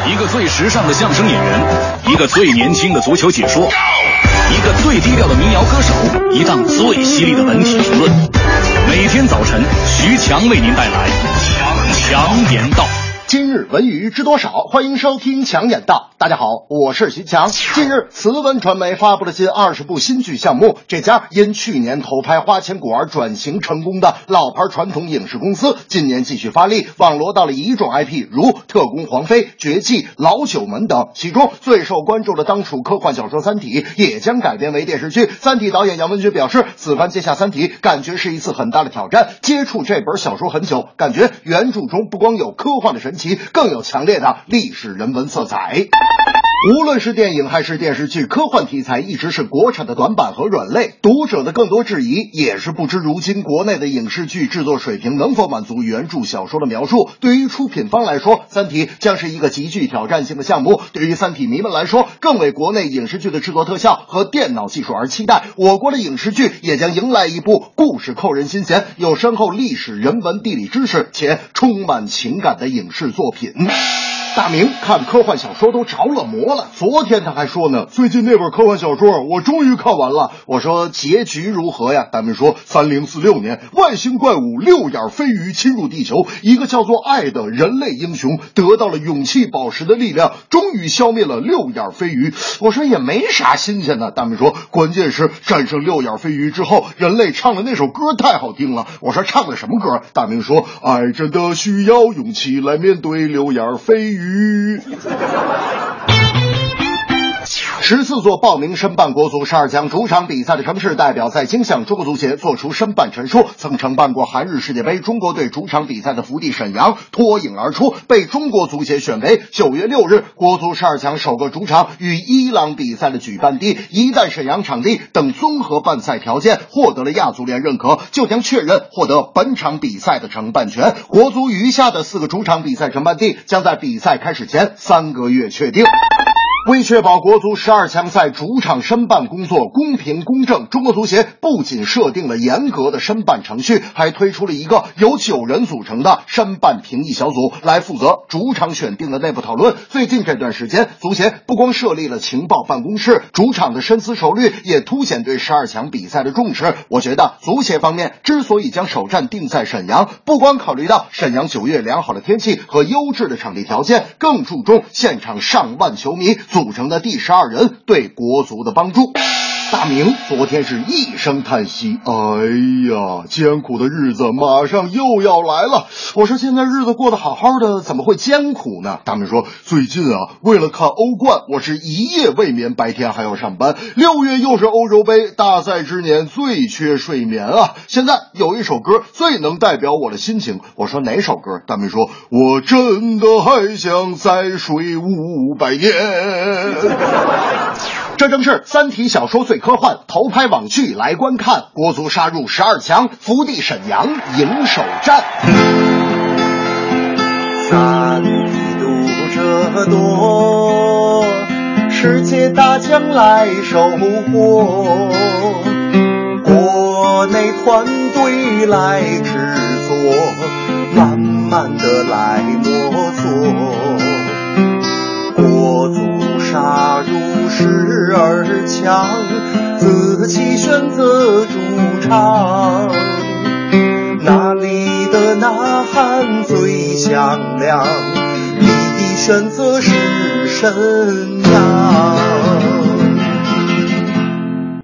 一个最时尚的相声演员，一个最年轻的足球解说，一个最低调的民谣歌手，一档最犀利的文体评论。每天早晨，徐强为您带来强言道。 今日文娱知多少？欢迎收听强言道。大家好，我是徐强。近日，慈文传媒发布了近20部新剧项目。这家因去年投拍《花千骨》而转型成功的老牌传统影视公司，今年继续发力，网罗到了一众 IP， 如《特工黄飞》《绝技》《老九门》等。其中最受关注的当属科幻小说《三体》，也将改编为电视剧。《三体》导演杨文军表示，此番接下《三体》，感觉是一次很大的挑战。接触这本小说很久，感觉原著中不光有科幻的神奇，更有强烈的历史人文色彩。无论是电影还是电视剧，科幻题材一直是国产的短板和软肋。读者的更多质疑，也是不知如今国内的影视剧制作水平能否满足原著小说的描述。对于出品方来说，《三体》将是一个极具挑战性的项目。对于三体迷们来说，更为国内影视剧的制作特效和电脑技术而期待。我国的影视剧也将迎来一部故事扣人心弦、有深厚历史人文地理知识且充满情感的影视作品。大明看科幻小说都着了魔了，昨天他还说呢，最近那本科幻小说我终于看完了。我说结局如何呀？大明说3046年，外星怪物六眼飞鱼侵入地球，一个叫做爱的人类英雄得到了勇气宝石的力量，终于消灭了六眼飞鱼。我说也没啥新鲜的。大明说关键是战胜六眼飞鱼之后，人类唱的那首歌太好听了。我说唱的什么歌？大明说爱真的需要勇气来面对六眼飞鱼。14座报名申办国足12强主场比赛的城市代表在京向中国足协做出申办陈述。曾承办过韩日世界杯中国队主场比赛的福地沈阳脱颖而出，被中国足协选为9月6日国足12强首个主场与伊朗比赛的举办地。一旦沈阳场地等综合办赛条件获得了亚足联认可，就将确认获得本场比赛的承办权。国足余下的4个主场比赛承办地将在比赛开始前3个月确定。为确保国足12强赛主场申办工作公平公正，中国足协不仅设定了严格的申办程序，还推出了一个由9人组成的申办评议小组，来负责主场选定的内部讨论。最近这段时间，足协不光设立了情报办公室，主场的深思熟虑也凸显对12强比赛的重视。我觉得足协方面之所以将首站定在沈阳，不光考虑到沈阳9月良好的天气和优质的场地条件，更注重现场上万球迷组成的第12人对国足的帮助。大明昨天是一声叹息，哎呀，艰苦的日子马上又要来了。我说现在日子过得好好的，怎么会艰苦呢？大明说最近为了看欧冠，我是一夜未眠，白天还要上班。6月又是欧洲杯大赛之年，最缺睡眠啊。现在有一首歌最能代表我的心情。我说哪首歌？大明说我真的还想再睡500年。这正是三体小说最科幻，投拍网剧来观看，国足杀入12强，福地沈阳迎首战。 三体读者多，世界大将来收获，国内团队来制作，慢慢的来摸索，国足杀入12强，自己选择主场，哪里的呐喊最响亮？你的选择是沈阳。